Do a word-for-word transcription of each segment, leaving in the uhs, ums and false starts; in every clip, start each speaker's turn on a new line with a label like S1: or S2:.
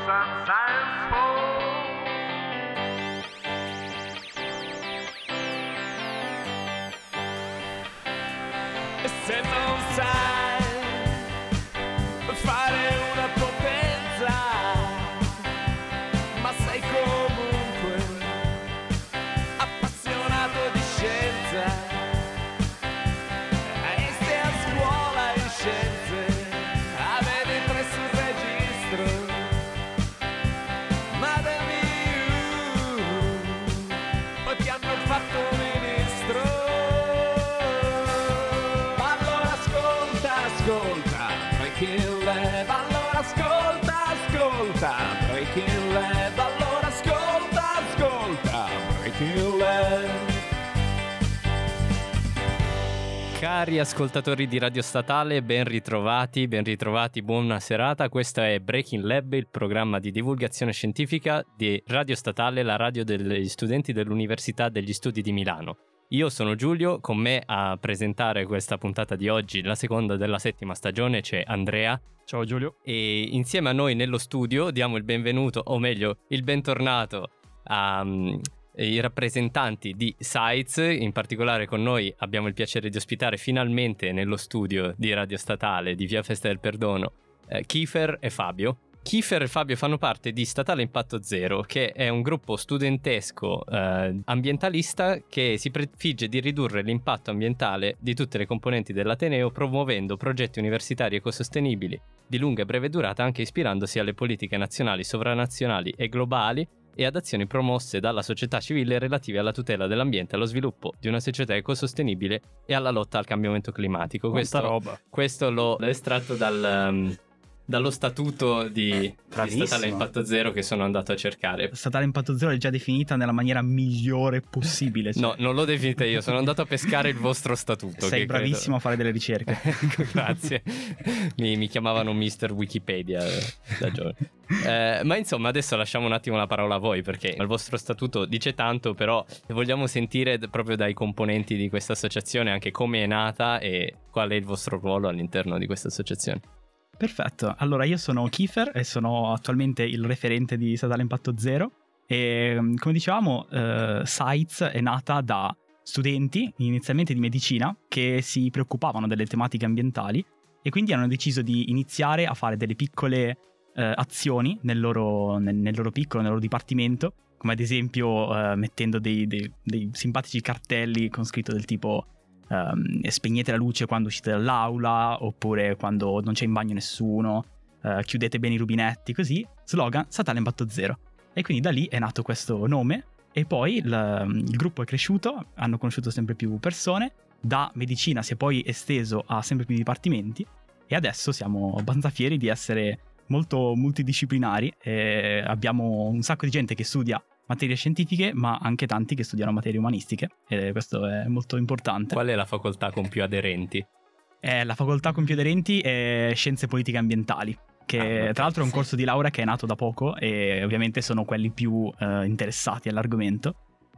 S1: some science folks. Se non sai fare una potenza, ma sei comunque appassionato di scienza e stai a scuola in scienze, avevi tre sul registro, ma da miu, poi ti hanno fatto ministro. Ascolta, Breaking Lab, allora ascolta, ascolta, Breaking Lab, allora ascolta, ascolta, Breaking Lab.
S2: Cari ascoltatori di Radio Statale, ben ritrovati, ben ritrovati, buona serata. Questo è Breaking Lab, il programma di divulgazione scientifica di Radio Statale, la radio degli studenti dell'Università degli Studi di Milano. Io sono Giulio, con me a presentare questa puntata di oggi, la seconda della settima stagione, c'è Andrea.
S3: Ciao Giulio.
S2: E insieme a noi nello studio diamo il benvenuto, o meglio, il bentornato ai rappresentanti di Sites. In particolare con noi abbiamo il piacere di ospitare finalmente nello studio di Radio Statale di Via Festa del Perdono eh, Kiefer e Fabio. Kiefer e Fabio fanno parte di Statale Impatto Zero, che è un gruppo studentesco eh, ambientalista che si prefigge di ridurre l'impatto ambientale di tutte le componenti dell'Ateneo, promuovendo progetti universitari ecosostenibili di lunga e breve durata, anche ispirandosi alle politiche nazionali, sovranazionali e globali e ad azioni promosse dalla società civile relative alla tutela dell'ambiente, allo sviluppo di una società ecosostenibile e alla lotta al cambiamento climatico.
S3: Quanta
S2: questo,
S3: roba.
S2: Questo l'ho estratto dal... Um, dallo statuto di, di Statale Impatto Zero che sono andato a cercare.
S3: Statale Impatto Zero è già definita nella maniera migliore possibile. Cioè.
S2: No, non l'ho definita io, sono andato a pescare il vostro statuto.
S3: Sei
S2: che
S3: bravissimo
S2: credo...
S3: a fare delle ricerche.
S2: Grazie. mi, mi chiamavano mister Wikipedia da giovane. Eh, ma insomma, adesso lasciamo un attimo la parola a voi, perché il vostro statuto dice tanto, però vogliamo sentire proprio dai componenti di questa associazione anche come è nata e qual è il vostro ruolo all'interno di questa associazione.
S3: Perfetto, allora io sono Kiefer e sono attualmente il referente di Statale Impatto Zero e come dicevamo eh, Sites è nata da studenti inizialmente di medicina che si preoccupavano delle tematiche ambientali e quindi hanno deciso di iniziare a fare delle piccole eh, azioni nel loro, nel, nel loro piccolo, nel loro dipartimento, come ad esempio eh, mettendo dei, dei, dei simpatici cartelli con scritto del tipo Um, spegnete la luce quando uscite dall'aula, oppure quando non c'è in bagno nessuno, uh, chiudete bene i rubinetti, così, slogan Statale Impatto Zero. E quindi da lì è nato questo nome e poi il, il gruppo è cresciuto, hanno conosciuto sempre più persone, da medicina si è poi esteso a sempre più dipartimenti e adesso siamo abbastanza fieri di essere molto multidisciplinari e abbiamo un sacco di gente che studia materie scientifiche, ma anche tanti che studiano materie umanistiche, e questo è molto importante.
S2: Qual è la facoltà con più aderenti?
S3: Eh, la facoltà con più aderenti è Scienze Politiche Ambientali, che ah, okay, tra l'altro è un corso di laurea che è nato da poco e ovviamente sono quelli più eh, interessati all'argomento.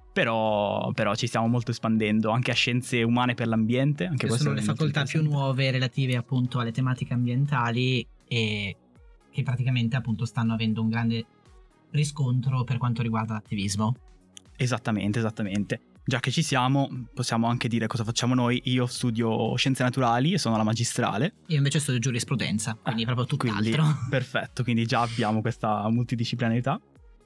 S3: Però, però ci stiamo molto espandendo anche a Scienze Umane per l'Ambiente. Anche
S4: che sono le facoltà più nuove relative appunto alle tematiche ambientali e che praticamente appunto stanno avendo un grande riscontro per quanto riguarda l'attivismo.
S3: Esattamente, esattamente. Già che ci siamo, possiamo anche dire cosa facciamo noi. Io studio Scienze Naturali e sono alla magistrale.
S4: Io invece studio Giurisprudenza, quindi ah, proprio tutt'altro.
S3: Quindi, perfetto, quindi già abbiamo questa multidisciplinarità.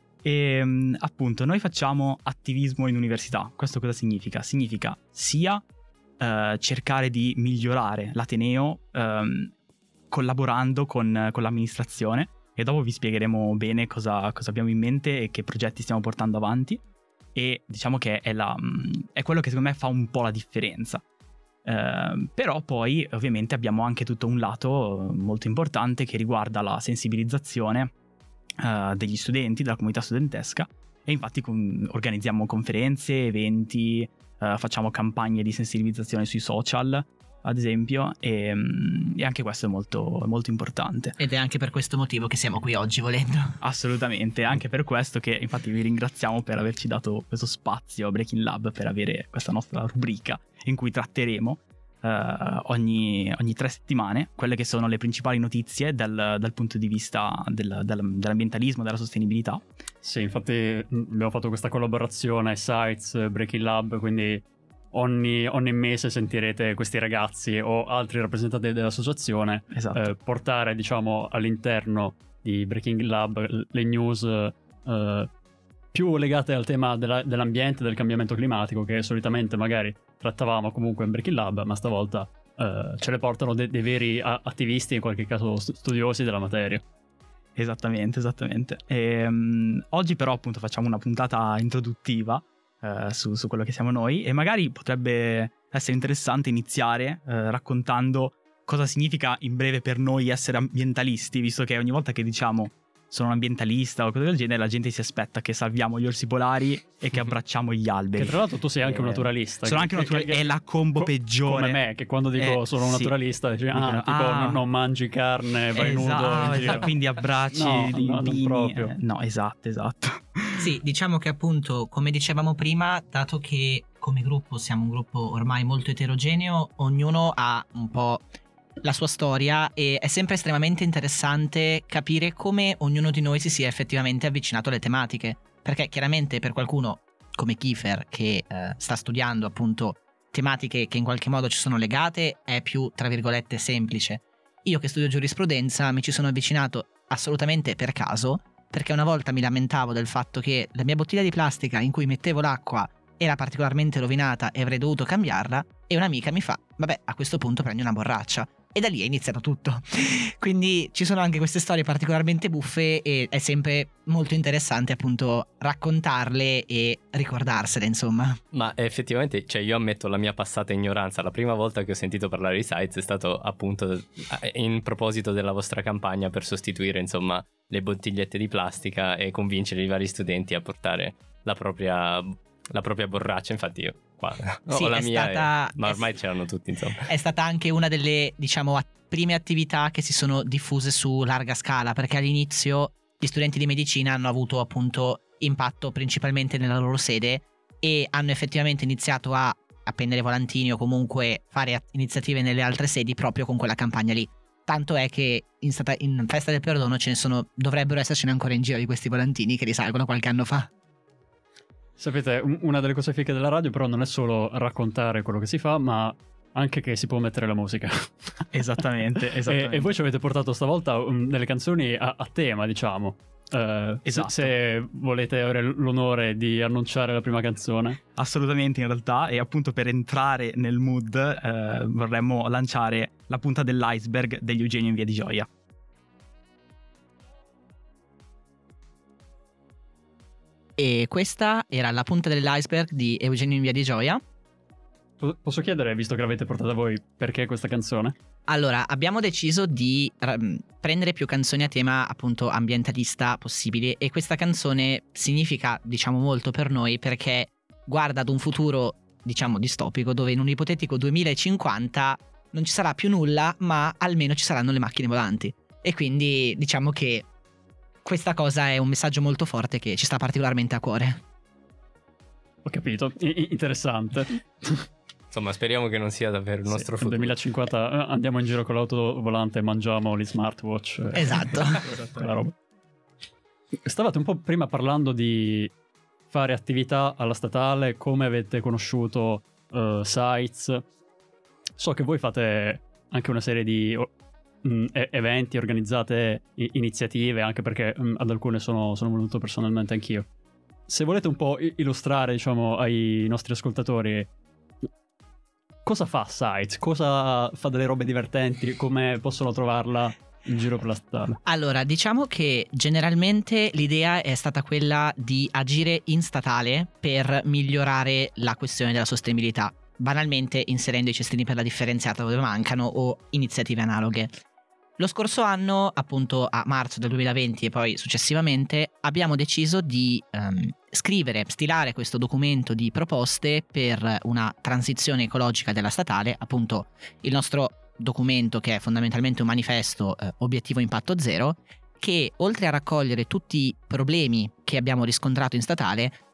S3: E appunto noi facciamo attivismo in università. Questo cosa significa? Significa sia eh, cercare di migliorare l'Ateneo ehm, collaborando con, con l'amministrazione, e dopo vi spiegheremo bene cosa, cosa abbiamo in mente e che progetti stiamo portando avanti, e diciamo che è, la, è quello che secondo me fa un po' la differenza. Eh, però poi ovviamente abbiamo anche tutto un lato molto importante che riguarda la sensibilizzazione eh, degli studenti, della comunità studentesca, e infatti con, organizziamo conferenze, eventi, eh, facciamo campagne di sensibilizzazione sui social ad esempio, e, e anche questo è molto, molto importante.
S4: Ed è anche per questo motivo che siamo qui oggi, volendo.
S3: Assolutamente, anche per questo che infatti vi ringraziamo per averci dato questo spazio a Breaking Lab, per avere questa nostra rubrica in cui tratteremo uh, ogni, ogni tre settimane, quelle che sono le principali notizie dal, dal punto di vista del, del, dell'ambientalismo, della sostenibilità.
S5: Sì, infatti abbiamo fatto questa collaborazione Sites, Breaking Lab, quindi ogni, ogni mese sentirete questi ragazzi o altri rappresentanti dell'associazione
S3: Esatto.
S5: eh, portare, diciamo, all'interno di Breaking Lab le news eh, più legate al tema della, dell'ambiente, del cambiamento climatico, che solitamente magari trattavamo comunque in Breaking Lab, ma stavolta eh, ce le portano de- dei veri a- attivisti, in qualche caso st- studiosi della materia.
S3: Esattamente, esattamente. E, um, oggi però appunto facciamo una puntata introduttiva uh, su, su quello che siamo noi, e magari potrebbe essere interessante iniziare uh, raccontando cosa significa in breve per noi essere ambientalisti, visto che ogni volta che diciamo sono un ambientalista o cose del genere la gente si aspetta che salviamo gli orsi polari e che abbracciamo gli alberi.
S5: Che tra l'altro tu sei anche
S3: Eh,
S5: un naturalista.
S3: Sono
S5: che-
S3: anche un
S5: che-
S3: naturalista,
S5: che-
S3: è la combo
S5: co-
S3: peggiore.
S5: Come me, che quando dico
S3: Eh,
S5: sono un
S3: sì.
S5: naturalista dici, ah,
S3: Dicono,
S5: tipo
S3: ah,
S5: non, non mangi carne, vai nudo in
S3: esatto,
S5: giro.
S3: esatto, quindi abbracci
S5: No,
S3: i
S5: no, non
S3: pini.
S5: proprio.
S3: Eh, no, esatto, esatto.
S4: Sì, diciamo che appunto, come dicevamo prima, dato che come gruppo siamo un gruppo ormai molto eterogeneo, ognuno ha un po' la sua storia e è sempre estremamente interessante capire come ognuno di noi si sia effettivamente avvicinato alle tematiche. Perché chiaramente per qualcuno come Kiefer, che eh, sta studiando appunto tematiche che in qualche modo ci sono legate, è più, tra virgolette, semplice. Io che studio giurisprudenza mi ci sono avvicinato assolutamente per caso, perché una volta mi lamentavo del fatto che la mia bottiglia di plastica in cui mettevo l'acqua era particolarmente rovinata e avrei dovuto cambiarla, e un'amica mi fa, vabbè, a questo punto prendi una borraccia. E da lì è iniziato tutto. Quindi ci sono anche queste storie particolarmente buffe e è sempre molto interessante appunto raccontarle e ricordarsele, insomma.
S2: Ma effettivamente, cioè, io ammetto la mia passata ignoranza. La prima volta che ho sentito parlare di Sites è stato appunto in proposito della vostra campagna per sostituire, insomma, le bottigliette di plastica e convincere i vari studenti a portare la propria, la propria borraccia. Infatti io qua
S4: Sì,
S2: ho la
S4: è
S2: mia,
S4: stata-
S2: e- ma
S4: è-
S2: ormai c'erano tutti, insomma.
S4: È stata anche una delle, diciamo, a- prime attività che si sono diffuse su larga scala, perché all'inizio gli studenti di medicina hanno avuto appunto impatto principalmente nella loro sede e hanno effettivamente iniziato a appendere volantini o comunque fare at- iniziative nelle altre sedi proprio con quella campagna lì. Tanto è che in, stata- in Festa del Perdono ce ne sono, dovrebbero essercene ancora in giro di questi volantini che risalgono a qualche anno fa.
S5: Sapete, un- una delle cose fiche della radio però non è solo raccontare quello che si fa, ma anche che si può mettere la musica.
S3: Esattamente,
S5: E,
S3: esattamente.
S5: e voi ci avete portato stavolta um, delle canzoni a, a tema, diciamo. Eh, se-
S3: Esatto.
S5: se volete avere l'onore di annunciare la prima canzone.
S3: Assolutamente, in realtà, e appunto per entrare nel mood eh, vorremmo lanciare La punta dell'iceberg degli Eugenio in Via di Gioia.
S4: E questa era La punta dell'iceberg di Eugenio in Via di Gioia.
S5: Po- Posso chiedere, visto che l'avete portata voi, perché questa canzone?
S4: Allora, abbiamo deciso di um, prendere più canzoni a tema appunto ambientalista possibili, e questa canzone significa, diciamo, molto per noi perché guarda ad un futuro, diciamo, distopico, dove in un ipotetico duemilacinquanta non ci sarà più nulla, ma almeno ci saranno le macchine volanti. E quindi diciamo che questa cosa è un messaggio molto forte che ci sta particolarmente a cuore.
S5: Ho capito, I- i- interessante.
S2: Insomma, speriamo che non sia davvero il
S5: Sì,
S2: nostro
S5: nel
S2: futuro.
S5: duemilacinquanta eh, andiamo in giro con l'auto volante e mangiamo gli smartwatch. eh,
S4: Esatto.
S5: quella roba. Stavate un po' prima parlando di fare attività alla statale, come avete conosciuto eh, Sites. So che voi fate anche una serie di o- mh, e- eventi, organizzate i- iniziative, anche perché mh, ad alcune sono, sono venuto personalmente anch'io. Se volete un po' i- illustrare, diciamo, ai nostri ascoltatori cosa fa Sites, cosa fa delle robe divertenti, come possono trovarla in giro per la statale.
S4: Allora, diciamo che generalmente l'idea è stata quella di agire in statale per migliorare la questione della sostenibilità, banalmente inserendo i cestini per la differenziata dove mancano o iniziative analoghe. Lo scorso anno, appunto a marzo del duemilaventi e poi successivamente, abbiamo deciso di ehm, scrivere, stilare questo documento di proposte per una transizione ecologica della statale, appunto il nostro documento che è fondamentalmente un manifesto eh, obiettivo impatto zero, che oltre a raccogliere tutti i problemi che abbiamo riscontrato in statale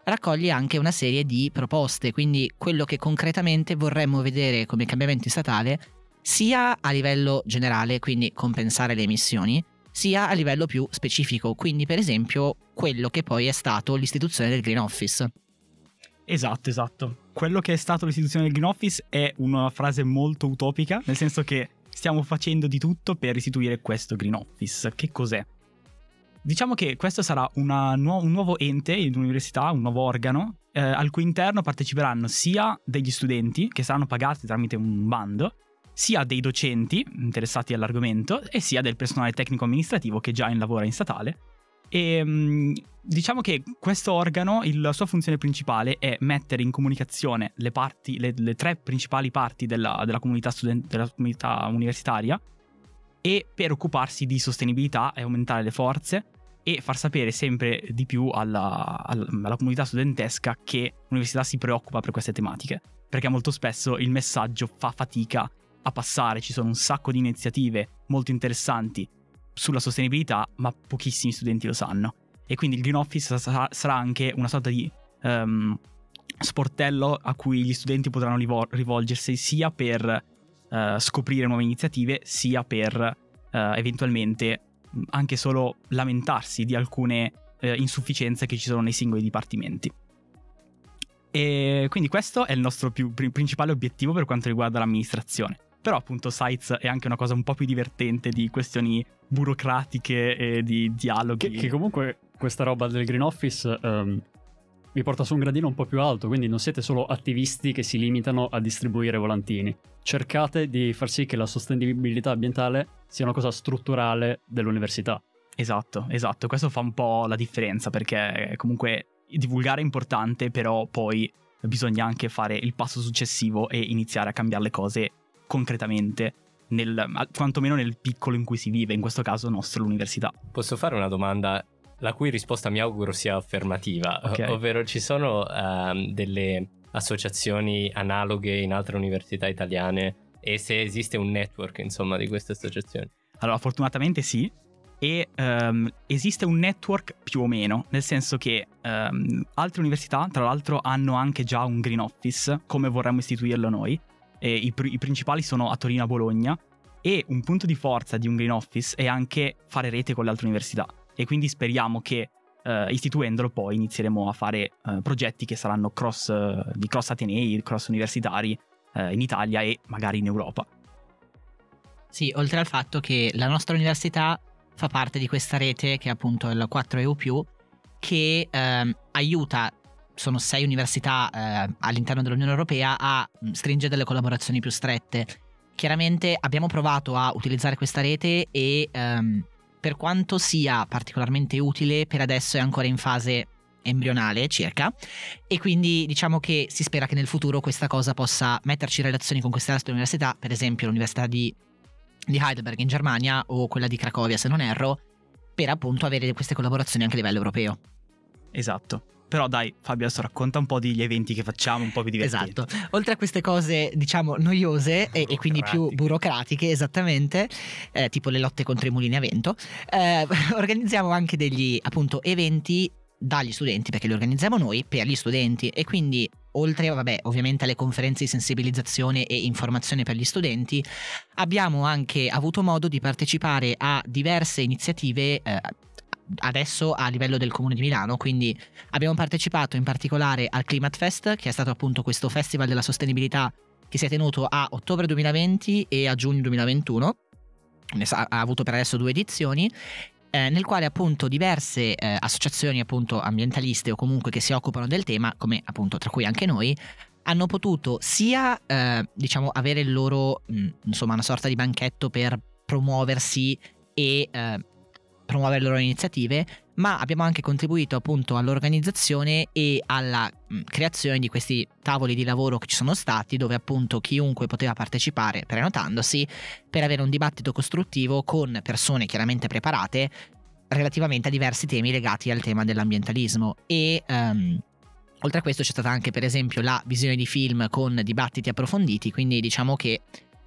S4: raccoglie anche una serie di proposte, quindi quello che concretamente vorremmo vedere come cambiamento statale sia a livello generale, quindi compensare le emissioni, sia a livello più specifico, quindi per esempio quello che poi è stato l'istituzione del Green Office.
S3: Esatto, esatto. Quello che è stato l'istituzione del Green Office è una frase molto utopica, nel senso che stiamo facendo di tutto per istituire questo Green Office. Che cos'è? Diciamo che questo sarà una nu- un nuovo ente in università, un nuovo organo, eh, al cui interno parteciperanno sia degli studenti, che saranno pagati tramite un bando, sia dei docenti interessati all'argomento e sia del personale tecnico-amministrativo che già in lavora in statale. E mh, diciamo che questo organo, il- la sua funzione principale è mettere in comunicazione le parti, le, le tre principali parti della, della comunità studen- della comunità universitaria, e per occuparsi di sostenibilità e aumentare le forze e far sapere sempre di più alla, alla, alla comunità studentesca che l'università si preoccupa per queste tematiche, perché molto spesso il messaggio fa fatica a passare. Ci sono un sacco di iniziative molto interessanti sulla sostenibilità, ma pochissimi studenti lo sanno, e quindi il Green Office sarà, sarà anche una sorta di um, sportello a cui gli studenti potranno rivol- rivolgersi sia per uh, scoprire nuove iniziative, sia per uh, eventualmente anche solo lamentarsi di alcune uh, insufficienze che ci sono nei singoli dipartimenti. E quindi questo è il nostro più pri- principale obiettivo per quanto riguarda l'amministrazione. Però appunto Sites è anche una cosa un po' più divertente di questioni burocratiche e di dialoghi.
S5: Che, che comunque questa roba del Green Office ehm, vi porta su un gradino un po' più alto, quindi non siete solo attivisti che si limitano a distribuire volantini. Cercate di far sì che la sostenibilità ambientale sia una cosa strutturale dell'università.
S3: Esatto, esatto. Questo fa un po' la differenza, perché comunque divulgare è importante, però poi bisogna anche fare il passo successivo e iniziare a cambiare le cose concretamente, nel, quantomeno nel piccolo in cui si vive, in questo caso nostro, l'università.
S2: Posso fare una domanda la cui risposta mi auguro sia affermativa,
S3: Okay.
S2: ovvero ci sono ehm, delle associazioni analoghe in altre università italiane, e se esiste un network insomma di queste associazioni?
S3: Allora, fortunatamente sì, e ehm, esiste un network più o meno, nel senso che ehm, altre università, tra l'altro, hanno anche già un Green Office, come vorremmo istituirlo noi, e i, pr- i principali sono a Torino e a Bologna, e un punto di forza di un Green Office è anche fare rete con le altre università, e quindi speriamo che eh, istituendolo poi inizieremo a fare eh, progetti che saranno cross, eh, di cross atenei, cross universitari eh, in Italia e magari in Europa.
S4: Sì, oltre al fatto che la nostra università fa parte di questa rete che è appunto il quattro E U più, che ehm, aiuta, sono sei università eh, all'interno dell'Unione Europea, a stringere delle collaborazioni più strette. Chiaramente abbiamo provato a utilizzare questa rete e ehm, per quanto sia particolarmente utile, per adesso è ancora in fase embrionale circa, e quindi diciamo che si spera che nel futuro questa cosa possa metterci in relazione con queste altre università, per esempio l'università di, di Heidelberg in Germania o quella di Cracovia se non erro, per appunto avere queste collaborazioni anche a livello europeo.
S3: Esatto. Però dai, Fabio, adesso racconta un po' degli eventi che facciamo, un po' più divertenti.
S4: Esatto. Oltre a queste cose, diciamo, noiose e, e quindi più burocratiche, esattamente, eh, tipo le lotte contro i mulini a vento, eh, organizziamo anche degli, appunto, eventi dagli studenti, perché li organizziamo noi per gli studenti, e quindi oltre, vabbè, ovviamente alle conferenze di sensibilizzazione e informazione per gli studenti, abbiamo anche avuto modo di partecipare a diverse iniziative eh, adesso a livello del Comune di Milano. Quindi abbiamo partecipato in particolare al Climate Fest, che è stato appunto questo festival della sostenibilità che si è tenuto a ottobre duemilaventi e a giugno duemilaventuno, ha avuto per adesso due edizioni, eh, nel quale appunto diverse eh, associazioni appunto ambientaliste o comunque che si occupano del tema, come appunto tra cui anche noi, hanno potuto sia eh, diciamo avere il loro mh, insomma una sorta di banchetto per promuoversi e eh, promuovere le loro iniziative, ma abbiamo anche contribuito appunto all'organizzazione e alla mh, creazione di questi tavoli di lavoro che ci sono stati, dove appunto chiunque poteva partecipare prenotandosi, per avere un dibattito costruttivo con persone chiaramente preparate relativamente a diversi temi legati al tema dell'ambientalismo. E um, oltre a questo c'è stata anche per esempio la visione di film con dibattiti approfonditi, quindi diciamo che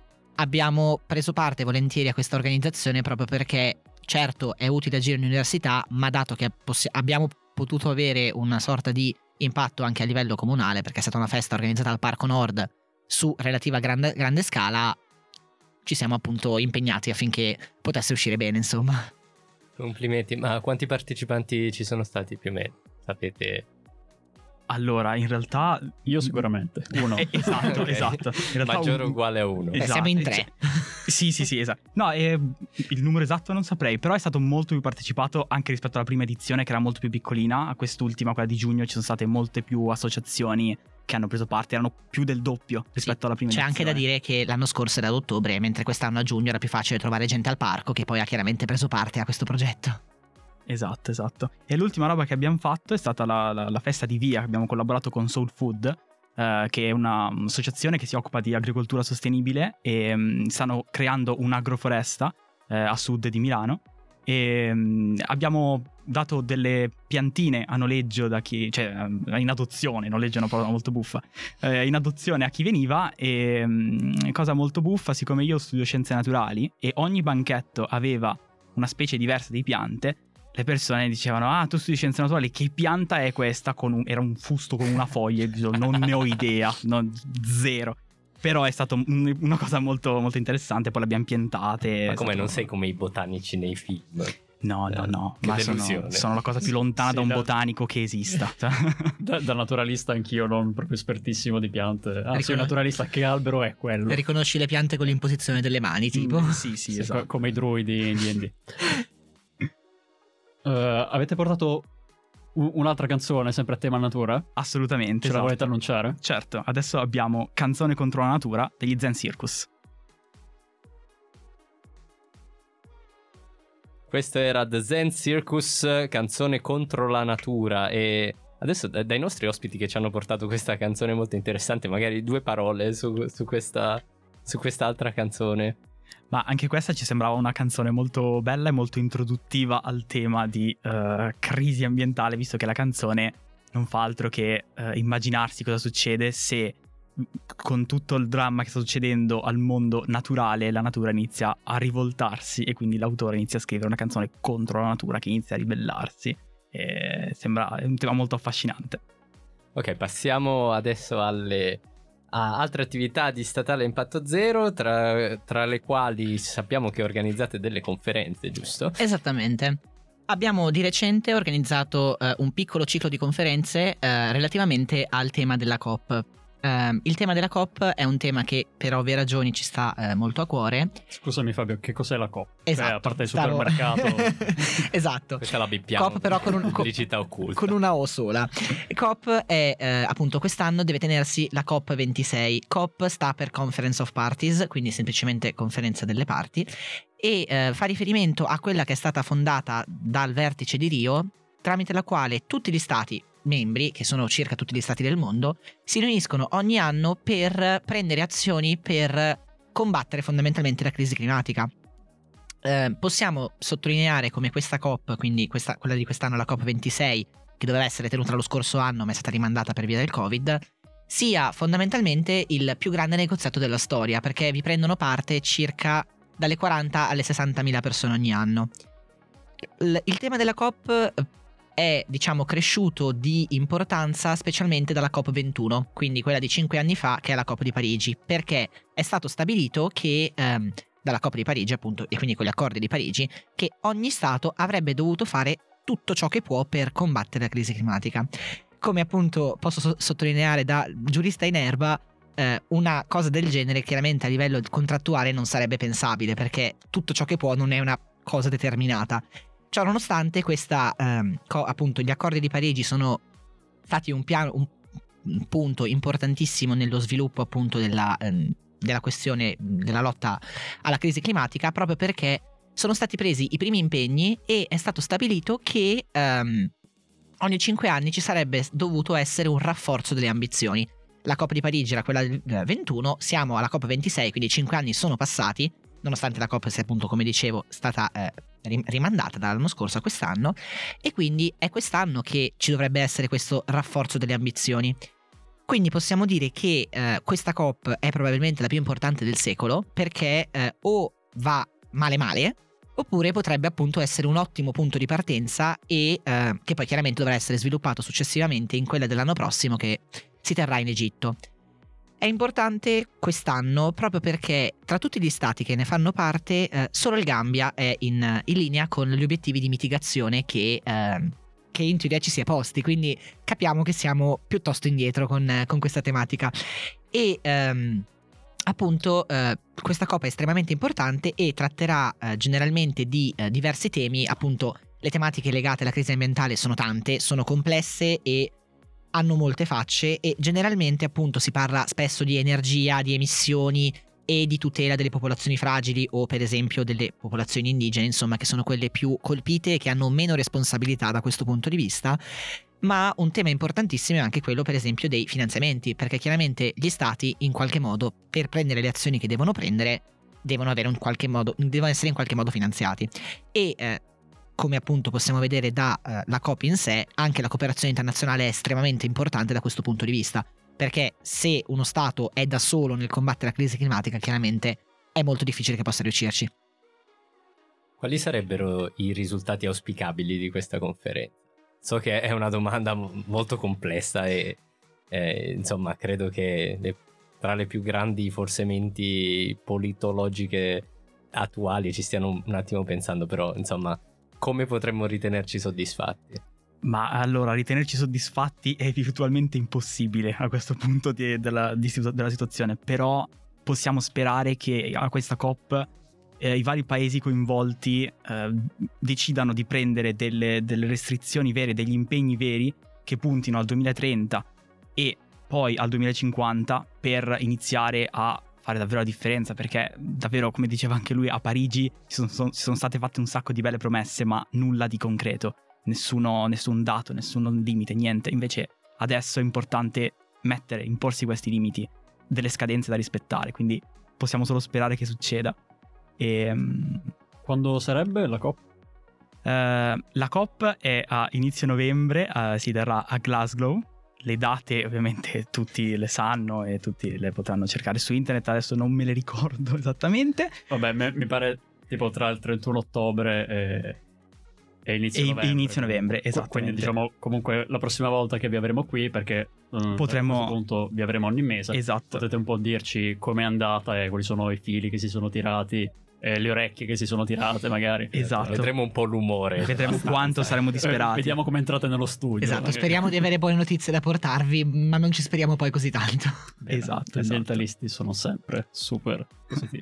S4: abbiamo preso parte volentieri a questa organizzazione proprio perché certo è utile agire in università, ma dato che possi- abbiamo potuto avere una sorta di impatto anche a livello comunale, perché è stata una festa organizzata al Parco Nord su relativa grande, grande scala. Ci siamo appunto impegnati affinché potesse uscire bene, insomma.
S2: Complimenti, ma quanti partecipanti ci sono stati più o meno? Sapete?
S3: Allora, in realtà
S5: Io sicuramente. Uno.
S3: Eh, esatto,
S2: Ok.
S3: esatto. In realtà
S2: Maggiore o
S3: un-
S2: uguale a uno.
S4: Eh, siamo in tre.
S3: cioè- sì, sì, sì, esatto. No, eh, il numero esatto non saprei, però è stato molto più partecipato anche rispetto alla prima edizione, che era molto più piccolina. A quest'ultima, quella di giugno, ci sono state molte più associazioni che hanno preso parte, erano più del doppio rispetto alla prima
S4: C'è anche
S3: edizione.
S4: da dire che l'anno scorso era ad ottobre, mentre quest'anno a giugno era più facile trovare gente al parco, che poi ha chiaramente preso parte a questo progetto.
S3: Esatto, esatto. E l'ultima roba che abbiamo fatto è stata la, la- la festa di Via, che abbiamo collaborato con Soul Food, eh, che è una- un'associazione che si occupa di agricoltura sostenibile e mm, stanno creando un'agroforesta eh, a sud di Milano. E mm, abbiamo dato delle piantine a noleggio da chi, cioè eh, in adozione, noleggio è una parola molto buffa, eh, in adozione a chi veniva. E mm, cosa molto buffa, siccome io studio scienze naturali e ogni banchetto aveva una specie diversa di piante, le persone dicevano: ah, tu studi scienze naturali, che pianta è questa? Con un, era un fusto con una foglia. E dicevo, non ne ho idea, no, zero. Però è stata un- una cosa molto, molto interessante. Poi l'abbiamo piantate.
S2: Ma
S3: è
S2: come
S3: stato-
S2: non sei come i botanici nei film?
S3: No, no, no.
S2: Che
S3: Ma sono,
S2: delusione.
S3: sono la cosa più lontana
S5: Sì,
S3: da un
S5: da-
S3: botanico che esista.
S5: Da, da naturalista anch'io, non proprio espertissimo di piante. Ah, sì,
S4: Riconos-
S5: un naturalista, che albero è quello?
S4: Riconosci le piante con l'imposizione delle mani, tipo.
S3: Mm, sì, sì,
S5: Sì,
S3: esatto.
S5: co- come i druidi in D and D. Eh, avete portato u- un'altra canzone sempre a tema natura?
S3: Assolutamente.
S5: Ce la
S3: esatto.
S5: volete annunciare?
S3: Certo, adesso abbiamo Canzone contro la natura degli Zen Circus.
S2: Questo era The Zen Circus, canzone contro la natura. E adesso da- dai nostri ospiti che ci hanno portato questa canzone molto interessante, magari due parole su, su questa su quest'altra canzone.
S3: Ma anche questa ci sembrava una canzone molto bella e molto introduttiva al tema di eh, crisi ambientale, visto che la canzone non fa altro che eh, immaginarsi cosa succede se mh, con tutto il dramma che sta succedendo al mondo naturale, la natura inizia a rivoltarsi e quindi l'autore inizia a scrivere una canzone contro la natura che inizia a ribellarsi. E sembra è un tema molto affascinante.
S2: Ok, passiamo adesso alle a altre attività di Statale Impatto Zero, tra, tra le quali sappiamo che organizzate delle conferenze, giusto?
S4: Esattamente. Abbiamo di recente organizzato eh, un piccolo ciclo di conferenze eh, relativamente al tema della COP. Eh, il tema della COP è un tema che per ovvie ragioni ci sta eh, molto a cuore.
S5: Scusami Fabio, che cos'è la COP?
S4: Esatto.
S5: Cioè, a parte il
S4: stavo-
S5: supermercato.
S4: Esatto.
S2: Questa la bippiamo.
S4: COP però con un-
S2: pubblicità occulta.
S4: Con una O sola. COP è eh, appunto quest'anno deve tenersi la COP ventisei. COP sta per Conference of Parties, quindi semplicemente conferenza delle parti, e eh, fa riferimento a quella che è stata fondata dal vertice di Rio, tramite la quale tutti gli stati membri, che sono circa tutti gli stati del mondo, si riuniscono ogni anno per prendere azioni per combattere fondamentalmente la crisi climatica. Eh, possiamo sottolineare come questa COP, quindi questa, quella di quest'anno, la COP ventisei, che doveva essere tenuta lo scorso anno ma è stata rimandata per via del Covid, sia fondamentalmente il più grande negoziato della storia, perché vi prendono parte circa dalle quaranta alle sessantamila persone ogni anno. L- il tema della COP è, diciamo, cresciuto di importanza specialmente dalla COP ventuno, quindi quella di cinque anni fa, che è la COP di Parigi, perché è stato stabilito che ehm, dalla COP di Parigi, appunto, e quindi con gli accordi di Parigi, che ogni stato avrebbe dovuto fare tutto ciò che può per combattere la crisi climatica. Come appunto posso so- sottolineare da giurista in erba, eh, una cosa del genere chiaramente a livello contrattuale non sarebbe pensabile, perché tutto ciò che può non è una cosa determinata. Ciò nonostante, questa ehm, co- appunto gli accordi di Parigi sono stati un piano, un, un punto importantissimo nello sviluppo appunto della, ehm, della questione della lotta alla crisi climatica, proprio perché sono stati presi i primi impegni e è stato stabilito che ehm, ogni cinque anni ci sarebbe dovuto essere un rafforzo delle ambizioni. La COP di Parigi era quella del ventuno, siamo alla COP ventisei, quindi cinque anni sono passati, nonostante la COP sia appunto, come dicevo, stata eh, rimandata dall'anno scorso a quest'anno, e quindi è quest'anno che ci dovrebbe essere questo rafforzo delle ambizioni. Quindi possiamo dire che eh, questa COP è probabilmente la più importante del secolo, perché eh, o va male male oppure potrebbe appunto essere un ottimo punto di partenza e eh, che poi chiaramente dovrà essere sviluppato successivamente in quella dell'anno prossimo che si terrà in Egitto. È importante quest'anno proprio perché tra tutti gli stati che ne fanno parte eh, solo il Gambia è in, in linea con gli obiettivi di mitigazione che, eh, che in teoria ci si è posti, quindi capiamo che siamo piuttosto indietro con, con questa tematica e ehm, appunto eh, questa coppa è estremamente importante e tratterà eh, generalmente di eh, diversi temi. Appunto le tematiche legate alla crisi ambientale sono tante, sono complesse e hanno molte facce e generalmente appunto si parla spesso di energia, di emissioni e di tutela delle popolazioni fragili o per esempio delle popolazioni indigene, insomma, che sono quelle più colpite e che hanno meno responsabilità da questo punto di vista. Ma un tema importantissimo è anche quello per esempio dei finanziamenti, perché chiaramente gli stati in qualche modo per prendere le azioni che devono prendere devono avere un qualche modo, devono essere in qualche modo finanziati e eh, come appunto possiamo vedere dalla uh, COP in sé, anche la cooperazione internazionale è estremamente importante da questo punto di vista, perché se uno Stato è da solo nel combattere la crisi climatica, chiaramente è molto difficile che possa riuscirci.
S2: Quali sarebbero i risultati auspicabili di questa conferenza? So che è una domanda molto complessa e eh, insomma credo che le, tra le più grandi forse menti politologiche attuali ci stiano un attimo pensando, però insomma come potremmo ritenerci soddisfatti?
S3: Ma allora, ritenerci soddisfatti è virtualmente impossibile a questo punto di, della, di, della situazione, però possiamo sperare che a questa COP eh, i vari paesi coinvolti eh, decidano di prendere delle, delle restrizioni vere, degli impegni veri che puntino al duemilatrenta e poi al duemilacinquanta per iniziare a fare davvero la differenza, perché davvero, come diceva anche lui, a Parigi ci sono, sono, sono state fatte un sacco di belle promesse ma nulla di concreto, nessuno, nessun dato, nessun limite, niente. Invece adesso è importante mettere, imporsi questi limiti, delle scadenze da rispettare, quindi possiamo solo sperare che succeda. E,
S5: quando sarebbe la COP?
S3: Eh, la COP è a inizio novembre, eh, si terrà a Glasgow. Le date ovviamente tutti le sanno e tutti le potranno cercare su internet, adesso non me le ricordo esattamente.
S5: Vabbè, me, mi pare tipo tra il trentuno ottobre e, e inizio
S3: e,
S5: novembre.
S3: E inizio novembre, esattamente.
S5: Quindi diciamo comunque la prossima volta che vi avremo qui, perché um,
S3: potremmo...
S5: a questo punto vi avremo ogni mese,
S3: esatto.
S5: Potete un po' dirci com'è andata e quali sono i fili che si sono tirati, eh, le orecchie che si sono tirate magari.
S3: Esatto.
S2: Vedremo un po' l'umore.
S3: Vedremo quanto saremo disperati.
S5: Eh, vediamo come entrate nello studio.
S4: Esatto,
S5: magari.
S4: speriamo di avere buone notizie da portarvi, ma non ci speriamo poi così tanto.
S5: Bene,
S3: esatto,
S5: gli ambientalisti
S3: esatto.
S5: sono sempre super positivi.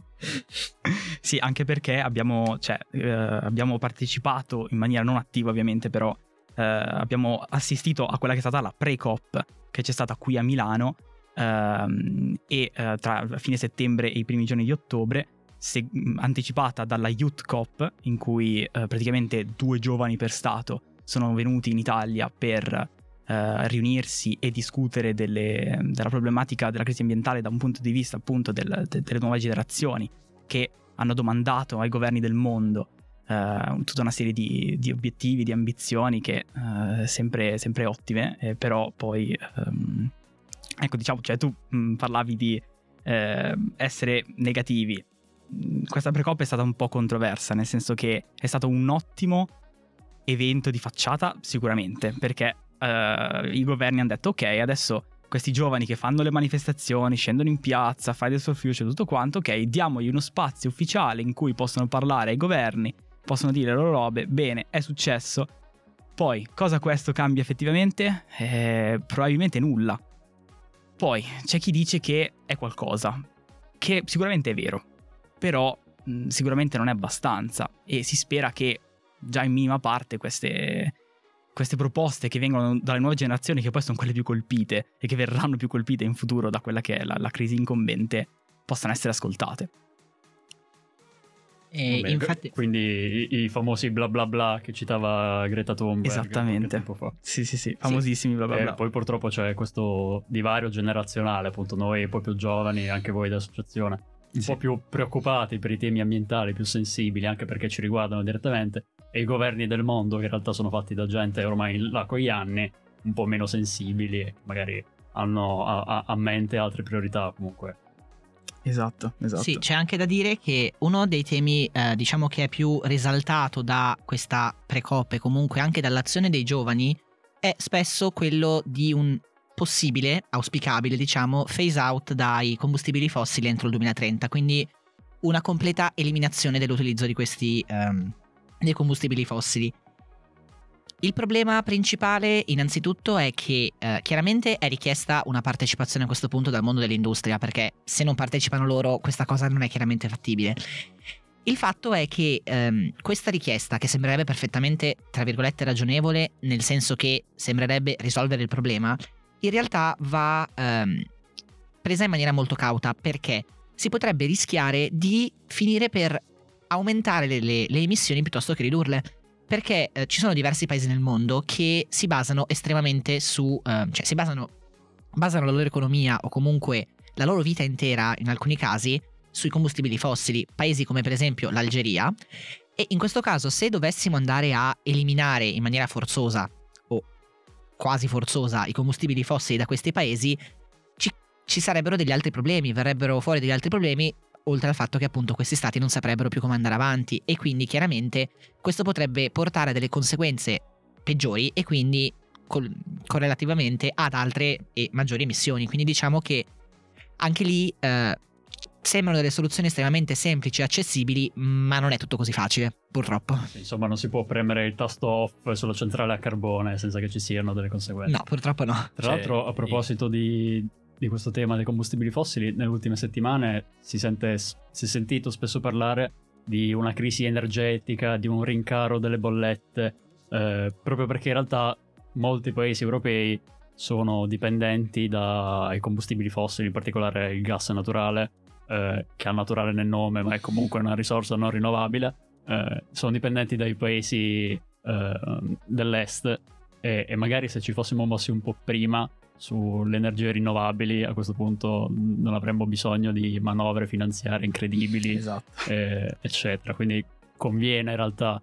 S3: Sì, anche perché abbiamo, cioè, eh, abbiamo partecipato in maniera non attiva ovviamente, però eh, abbiamo assistito a quella che è stata la pre-COP che c'è stata qui a Milano ehm, e eh, tra fine settembre e i primi giorni di ottobre, se, anticipata dalla Youth COP, in cui eh, praticamente due giovani per stato sono venuti in Italia per eh, riunirsi e discutere delle, della problematica della crisi ambientale da un punto di vista appunto del, de, delle nuove generazioni, che hanno domandato ai governi del mondo eh, tutta una serie di, di obiettivi, di ambizioni che eh, sempre, sempre ottime, eh, però poi ehm, ecco, diciamo, cioè tu mh, parlavi di eh, essere negativi. Questa pre-COP è stata un po' controversa, nel senso che è stato un ottimo evento di facciata sicuramente, perché uh, i governi hanno detto ok, adesso questi giovani che fanno le manifestazioni, scendono in piazza, Fridays for Future, tutto quanto, ok, diamogli uno spazio ufficiale in cui possono parlare ai governi, possono dire le loro robe. Bene, è successo. Poi, cosa questo cambia effettivamente? Eh, probabilmente nulla. Poi c'è chi dice che è qualcosa, che sicuramente è vero, però mh, sicuramente non è abbastanza, e si spera che già in minima parte queste, queste proposte che vengono dalle nuove generazioni, che poi sono quelle più colpite e che verranno più colpite in futuro da quella che è la, la crisi incombente, possano essere ascoltate.
S4: E
S5: Vabbè,
S4: infatti...
S5: Quindi i, i famosi bla bla bla che citava Greta Thunberg
S3: esattamente,
S5: tempo fa.
S3: Sì sì sì, famosissimi
S4: sì.
S3: bla bla bla.
S5: E poi purtroppo c'è questo divario generazionale, appunto noi un po' più giovani, anche voi dell'associazione, un
S3: Sì.
S5: po' più preoccupati per i temi ambientali, più sensibili, anche perché ci riguardano direttamente, e i governi del mondo, che in realtà sono fatti da gente ormai là con gli anni, un po' meno sensibili e magari hanno a, a, a mente altre priorità comunque.
S3: Esatto, esatto.
S4: Sì, c'è anche da dire che uno dei temi, eh, diciamo che è più risaltato da questa pre-COP e comunque anche dall'azione dei giovani, è spesso quello di un possibile, auspicabile, diciamo, phase out dai combustibili fossili entro il duemilatrenta, quindi una completa eliminazione dell'utilizzo di questi ehm, dei combustibili fossili. Il problema principale innanzitutto è che eh, chiaramente è richiesta una partecipazione a questo punto dal mondo dell'industria, perché se non partecipano loro questa cosa non è chiaramente fattibile. Il fatto è che ehm, questa richiesta, che sembrerebbe perfettamente tra virgolette ragionevole, nel senso che sembrerebbe risolvere il problema, in realtà va ehm, presa in maniera molto cauta, perché si potrebbe rischiare di finire per aumentare le, le, le emissioni piuttosto che ridurle. Perché eh, ci sono diversi paesi nel mondo che si basano estremamente su, eh, cioè si basano, basano la loro economia o comunque la loro vita intera in alcuni casi sui combustibili fossili, paesi come per esempio l'Algeria, e in questo caso se dovessimo andare a eliminare in maniera forzosa o quasi forzosa i combustibili fossili da questi paesi, ci, ci sarebbero degli altri problemi, verrebbero fuori degli altri problemi, oltre al fatto che appunto questi stati non saprebbero più come andare avanti, e quindi chiaramente questo potrebbe portare a delle conseguenze peggiori e quindi col- correlativamente ad altre e maggiori emissioni. Quindi diciamo che anche lì eh, sembrano delle soluzioni estremamente semplici e accessibili, ma non è tutto così facile, purtroppo.
S5: Insomma, non si può premere il tasto off sulla centrale a carbone senza che ci siano delle conseguenze.
S4: No, purtroppo no.
S5: Tra
S2: Cioè,
S5: l'altro, a proposito di, di questo tema dei combustibili fossili, nelle ultime settimane si, sente, si è sentito spesso parlare di una crisi energetica, di un rincaro delle bollette, eh, proprio perché in realtà molti paesi europei sono dipendenti dai combustibili fossili, in particolare il gas naturale, eh, che ha naturale nel nome ma è comunque una risorsa non rinnovabile. Eh, sono dipendenti dai paesi eh, dell'est e, e magari se ci fossimo mossi un po' prima sulle energie rinnovabili, a questo punto non avremmo bisogno di manovre finanziarie incredibili,
S3: Esatto.
S5: eh, eccetera. Quindi conviene in realtà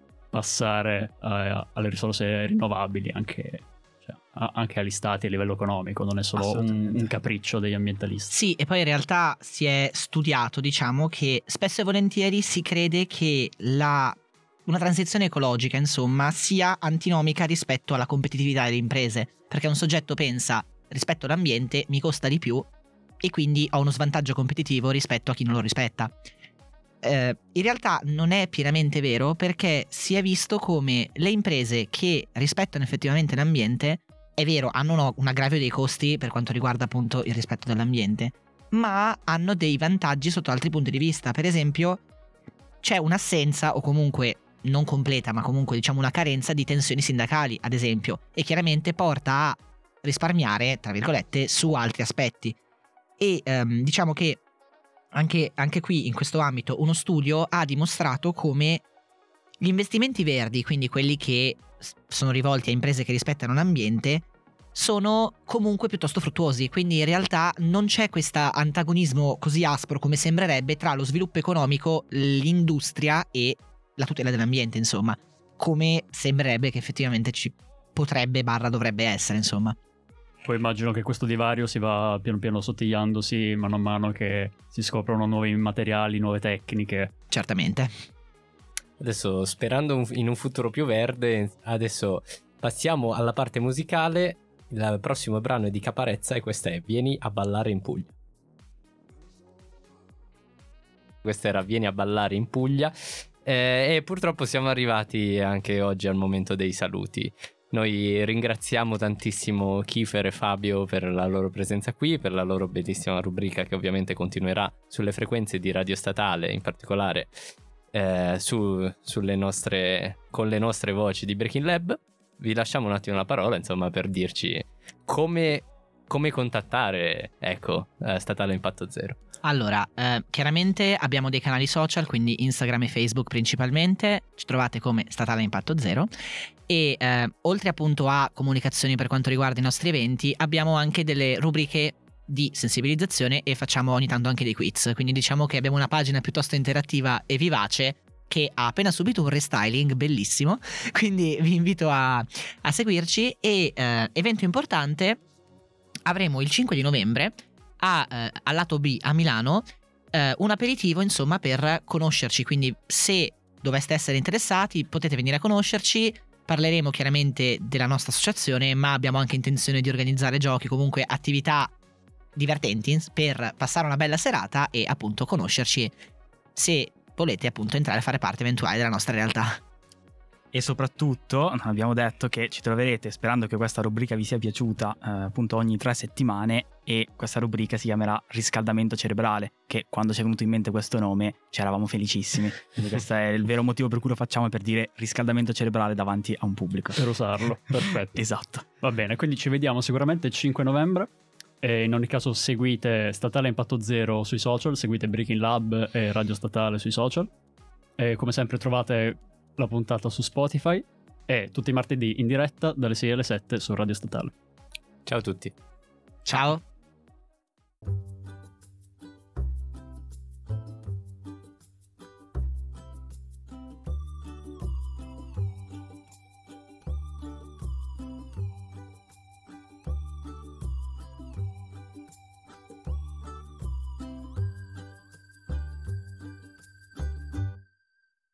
S5: passare a, alle risorse rinnovabili anche, cioè, a, anche agli stati a livello economico, non è solo un, un capriccio degli ambientalisti.
S4: Sì, e poi in realtà si è studiato, diciamo, che spesso e volentieri si crede che la una transizione ecologica, insomma, sia antinomica rispetto alla competitività delle imprese, perché un soggetto pensa rispetto all'ambiente mi costa di più e quindi ho uno svantaggio competitivo rispetto a chi non lo rispetta. Eh, in realtà non è pienamente vero, perché si è visto come le imprese che rispettano effettivamente l'ambiente, è vero, hanno un aggravio dei costi per quanto riguarda appunto il rispetto dell'ambiente, ma hanno dei vantaggi sotto altri punti di vista. Per esempio, c'è un'assenza o comunque non completa, ma comunque diciamo una carenza di tensioni sindacali, ad esempio, e chiaramente porta a risparmiare, tra virgolette, su altri aspetti. E ehm, diciamo che anche, anche qui in questo ambito uno studio ha dimostrato come gli investimenti verdi, quindi quelli che sono rivolti a imprese che rispettano l'ambiente, sono comunque piuttosto fruttuosi, quindi in realtà non c'è questo antagonismo così aspro come sembrerebbe tra lo sviluppo economico, l'industria e la tutela dell'ambiente, insomma, come sembrerebbe che effettivamente ci potrebbe barra dovrebbe essere, insomma.
S5: Poi immagino che questo divario si va piano piano sottigliandosi mano a mano che si scoprono nuovi materiali, nuove tecniche.
S4: Certamente.
S2: Adesso, sperando in un futuro più verde, adesso passiamo alla parte musicale. Il prossimo brano è di Caparezza e questa è Vieni a ballare in Puglia. Questa era Vieni a ballare in Puglia. Eh, e purtroppo siamo arrivati anche oggi al momento dei saluti. Noi ringraziamo tantissimo Kiefer e Fabio per la loro presenza qui, per la loro bellissima rubrica che ovviamente continuerà sulle frequenze di Radio Statale, in particolare eh, su, sulle nostre, con le nostre voci di Breaking Lab. Vi lasciamo un attimo la parola, insomma, per dirci come, come contattare, ecco, eh, Statale Impatto Zero.
S4: Allora, eh, chiaramente abbiamo dei canali social, quindi Instagram e Facebook principalmente, ci trovate come Statale Impatto Zero, e eh, oltre appunto a comunicazioni per quanto riguarda i nostri eventi, abbiamo anche delle rubriche di sensibilizzazione e facciamo ogni tanto anche dei quiz, quindi diciamo che abbiamo una pagina piuttosto interattiva e vivace che ha appena subito un restyling bellissimo, quindi vi invito a, a seguirci. E eh, evento importante, avremo il cinque di novembre a, eh, al lato B a Milano eh, un aperitivo, insomma, per conoscerci. Quindi se doveste essere interessati potete venire a conoscerci. Parleremo chiaramente della nostra associazione, ma abbiamo anche intenzione di organizzare giochi, comunque attività divertenti per passare una bella serata e appunto conoscerci, se volete appunto entrare a fare parte eventuale della nostra realtà.
S3: E soprattutto abbiamo detto che ci troverete, sperando che questa rubrica vi sia piaciuta, eh, appunto ogni tre settimane, e questa rubrica si chiamerà Riscaldamento Cerebrale, che quando ci è venuto in mente questo nome ci eravamo felicissimi. Quindi questo è il vero motivo per cui lo facciamo, per dire riscaldamento cerebrale davanti a un pubblico.
S5: Per usarlo, perfetto.
S3: Esatto.
S5: Va bene, quindi ci vediamo sicuramente il cinque novembre. E in ogni caso seguite Statale Impatto Zero sui social, seguite Breaking Lab e Radio Statale sui social. E come sempre trovate la puntata su Spotify e tutti i martedì in diretta dalle sei alle sette su Radio Statale.
S2: Ciao a tutti.
S4: Ciao.